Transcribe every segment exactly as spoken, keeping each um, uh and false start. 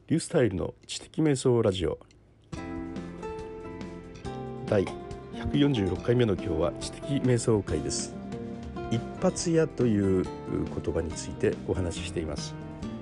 リュースタイルの知的瞑想ラジオだいひゃくよんじゅうろっかいめの今日は知的瞑想会です。一発屋という言葉についてお話ししています。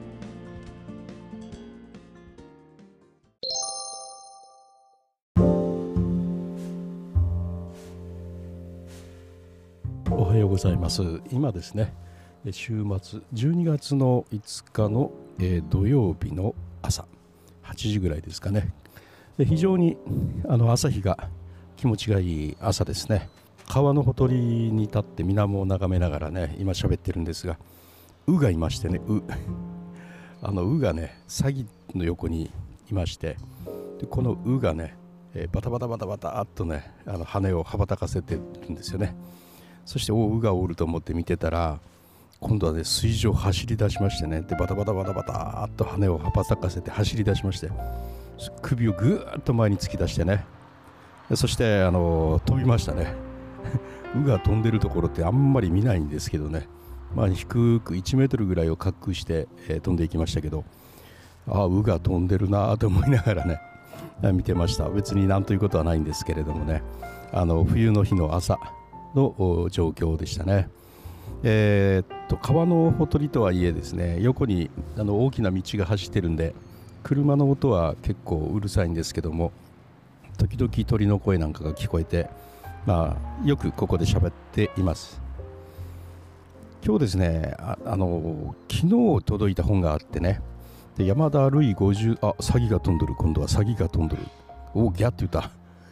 おはようございます。今ですね、週末じゅうにがつのいつかの、えー、土曜日の朝はちじぐらいですかね。で非常にあの朝日が気持ちがいい朝ですね。川のほとりに立って水面を眺めながらね今喋ってるんですが、ウがいましてね、ウあのウがねサギの横にいまして、でこのウがね、えー、バタバタバタバタっとねあの羽を羽ばたかせてるんですよね。そしておウがおると思って見てたら、今度はね水上走り出しましてね、でバタバタバタバタっと羽を羽ばたかせて走り出しまして、首をぐーっと前に突き出してね、そしてあの飛びましたね。ウが飛んでるところってあんまり見ないんですけどね、まあ、低くいちメートルぐらいを滑空して、えー、飛んでいきましたけど、ああウが飛んでるなと思いながらね見てました。別になんということはないんですけれどもね、あの冬の日の朝の状況でしたね。えー、っと川のほとりとはいえですね、横にあの大きな道が走ってるんで車の音は結構うるさいんですけども、時々鳥の声なんかが聞こえて、まあ、よくここで喋っています。今日ですね、ああの昨日届いた本があってね、で山田るいごじゅう、あ、サギが飛んどる、今度はサギが飛んどる、おギャって言った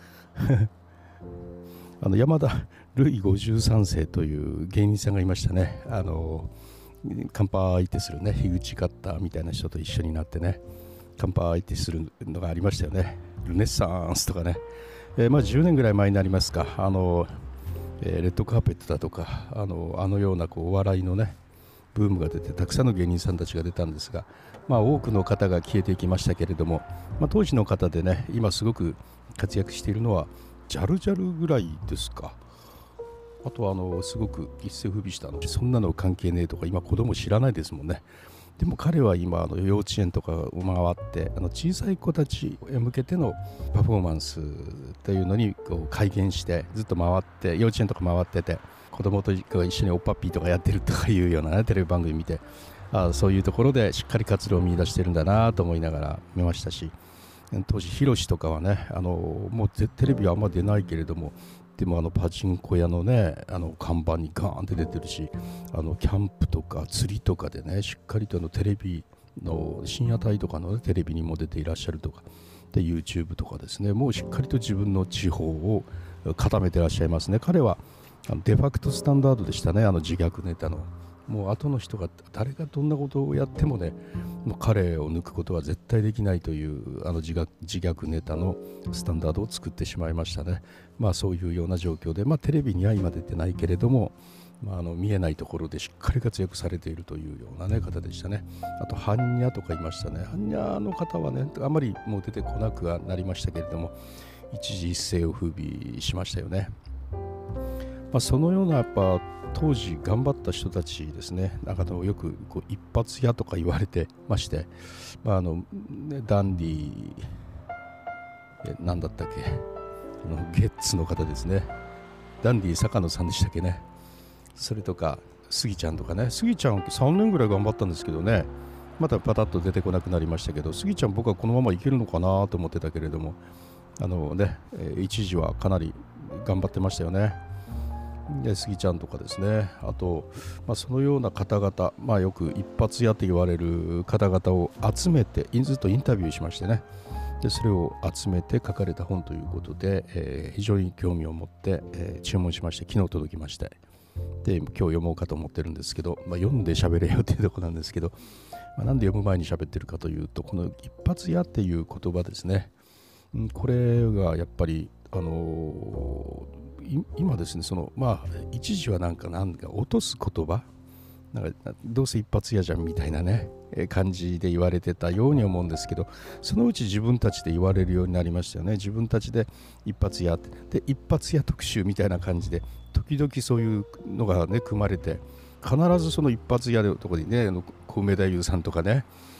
あの山田るいごじゅうさんせいという芸人さんがいましたね。あの乾杯ってするね、樋口カッターみたいな人と一緒になってね乾杯ってするのがありましたよね。ルネッサンスとかね、えー、まあじゅうねんぐらい前になりますか。あの、えー、レッドカーペットだとかあのあのようなこうお笑いのねブームが出て、たくさんの芸人さんたちが出たんですが、まあ、多くの方が消えていきましたけれども、まあ、当時の方でね今すごく活躍しているのはジャルジャルぐらいですか。あとはあのすごく一世風靡したのそんなの関係ねえとか今子供知らないですもんね。でも彼は今あの幼稚園とかを回ってあの小さい子たちへ向けてのパフォーマンスというのにこう改元してずっと回って、幼稚園とか回ってて子供と一緒におっぱっぴーとかやってるとかいうような、ね、テレビ番組見て、あそういうところでしっかり活動を見出してるんだなと思いながら見ましたし、当時ヒロシとかはねあのもうテレビはあんま出ないけれども、でもあのパチンコ屋のねあの看板にガーンって出てるし、あのキャンプとか釣りとかでねしっかりとあのテレビの深夜帯とかの、ね、テレビにも出ていらっしゃるとかで YouTube とかですね、もうしっかりと自分の地方を固めてらっしゃいますね。彼はあのデファクトスタンダードでしたね、あの自虐ネタの。もう後の人が誰がどんなことをやってもねもう彼を抜くことは絶対できないというあの自虐、自虐ネタのスタンダードを作ってしまいましたね。まあそういうような状況で、まあ、テレビには今出てないけれども、まあ、あの見えないところでしっかり活躍されているというような、ね、方でしたね。あとハンニャとかいましたね。ハンニャの方はねあまりもう出てこなくはなりましたけれども、一時一世を風靡しましたよね。まあ、そのようなやっぱ当時頑張った人たちですね、なんかよくこう一発屋とか言われてまして、まああのね、ダンディえなんだったっけ、あのゲッツの方ですね、ダンディ坂野さんでしたっけね。それとかスギちゃんとかね、スギちゃんさんねんぐらい頑張ったんですけどね、またパタッと出てこなくなりましたけど、スギちゃん僕はこのままいけるのかなと思ってたけれども、あのね、えー、一時はかなり頑張ってましたよね。でスギちゃんとかですね、あと、まあ、そのような方々、まあ、よく一発屋と言われる方々を集めてずっとインタビューしましてね、でそれを集めて書かれた本ということで、えー、非常に興味を持って、えー、注文しまして、昨日届きまして、で今日読もうかと思ってるんですけど、まあ、読んで喋れよっていうところなんですけど、まあ、なんで読む前に喋ってるかというと、この一発屋っていう言葉ですね、これがやっぱりあのー今ですね、そのまあ一時はなんかなんか落とす言葉、なんかどうせ一発屋じゃんみたいなね感じで言われてたように思うんですけど、そのうち自分たちで言われるようになりましたよね。自分たちで一発屋で一発屋特集みたいな感じで時々そういうのがね組まれて、必ずその一発屋のところにね、小梅太夫さんとかね、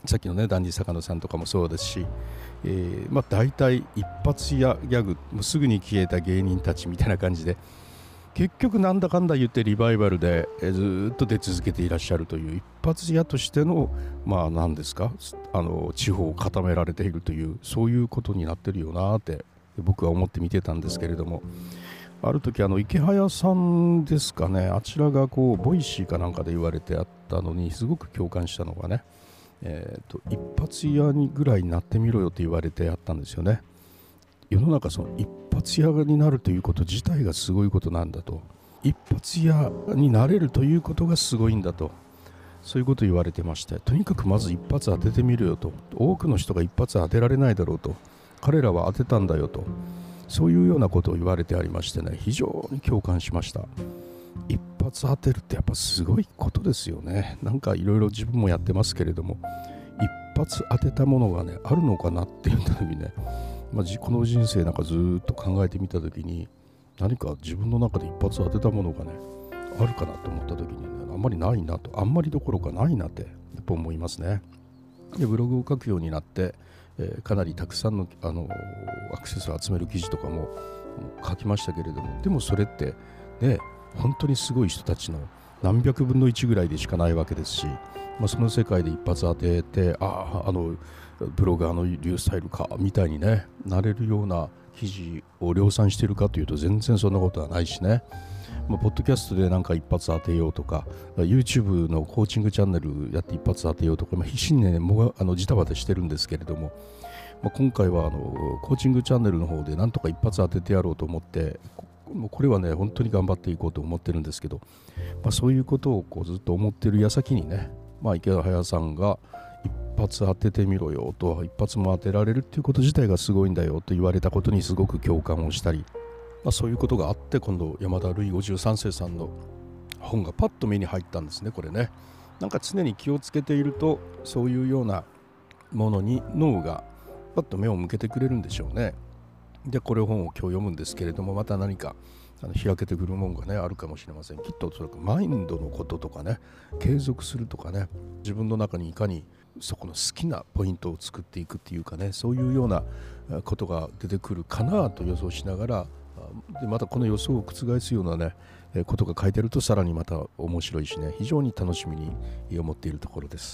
さっきのねダンディ坂野さんとかもそうですし、えー、まあ大体一発屋ギャグ、もうすぐに消えた芸人たちみたいな感じで、結局なんだかんだ言ってリバイバルで、えー、ずっと出続けていらっしゃるという一発屋としてのまあ何ですか、あの地方を固められているという、そういうことになってるよなって僕は思って見てたんですけれども、ある時あの池早さんですかね、あちらがこうボイシーかなんかで言われてあったのにすごく共感したのがね、えー、と一発屋にぐらいになってみろよと言われてあったんですよね。世の中その一発屋になるということ自体がすごいことなんだと、一発屋になれるということがすごいんだと、そういうことを言われてまして、とにかくまず一発当ててみるよと、多くの人が一発当てられないだろうと、彼らは当てたんだよと、そういうようなことを言われてありましてね、非常に共感しました。一発当てるってやっぱすごいことですよね。なんかいろいろ自分もやってますけれども、一発当てたものがねあるのかなって言った時にね、まあ、この人生なんかずっと考えてみた時に、何か自分の中で一発当てたものがねあるかなと思った時に、ね、あんまりないなと、あんまりどころかないなってやっぱ思いますね。でブログを書くようになって、えー、かなりたくさんの、あのー、アクセスを集める記事とかも書きましたけれども、でもそれってね本当にすごい人たちの何百分のいちぐらいでしかないわけですし、まあ、その世界で一発当てて、あああのブロガーのリュースタイルかみたいにねなれるような記事を量産しているかというと全然そんなことはないしね、まあ、ポッドキャストでなんか一発当てようとか YouTube のコーチングチャンネルやって一発当てようとか、まあ、必死にねもがあのジタバタしてるんですけれども、まあ、今回はあのコーチングチャンネルの方でなんとか一発当ててやろうと思って、もうこれはね本当に頑張っていこうと思ってるんですけど、まあ、そういうことをこうずっと思ってる矢先にね、まあ、池早さんが一発当ててみろよと、一発も当てられるっていうこと自体がすごいんだよと言われたことにすごく共感をしたり、まあ、そういうことがあって、今度山田るいごじゅうさん世さんの本がパッと目に入ったんですね。これね、なんか常に気をつけているとそういうようなものに脳がパッと目を向けてくれるんでしょうね。でこれ本を今日読むんですけれども、また何かあの開けてくるものがねあるかもしれません。きっとおそらくマインドのこととかね、継続するとかね、自分の中にいかにそこの好きなポイントを作っていくっていうかね、そういうようなことが出てくるかなと予想しながら、でまたこの予想を覆すようなねことが書いてあるとさらにまた面白いしね、非常に楽しみに思っているところです。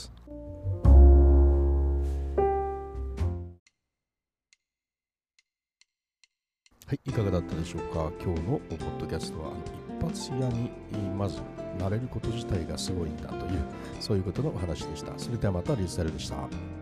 はい、いかがだったでしょうか。今日のポッドキャストはあの一発屋にまずなれること自体がすごいんだという、そういうことのお話でした。それではまたリュースタイルでした。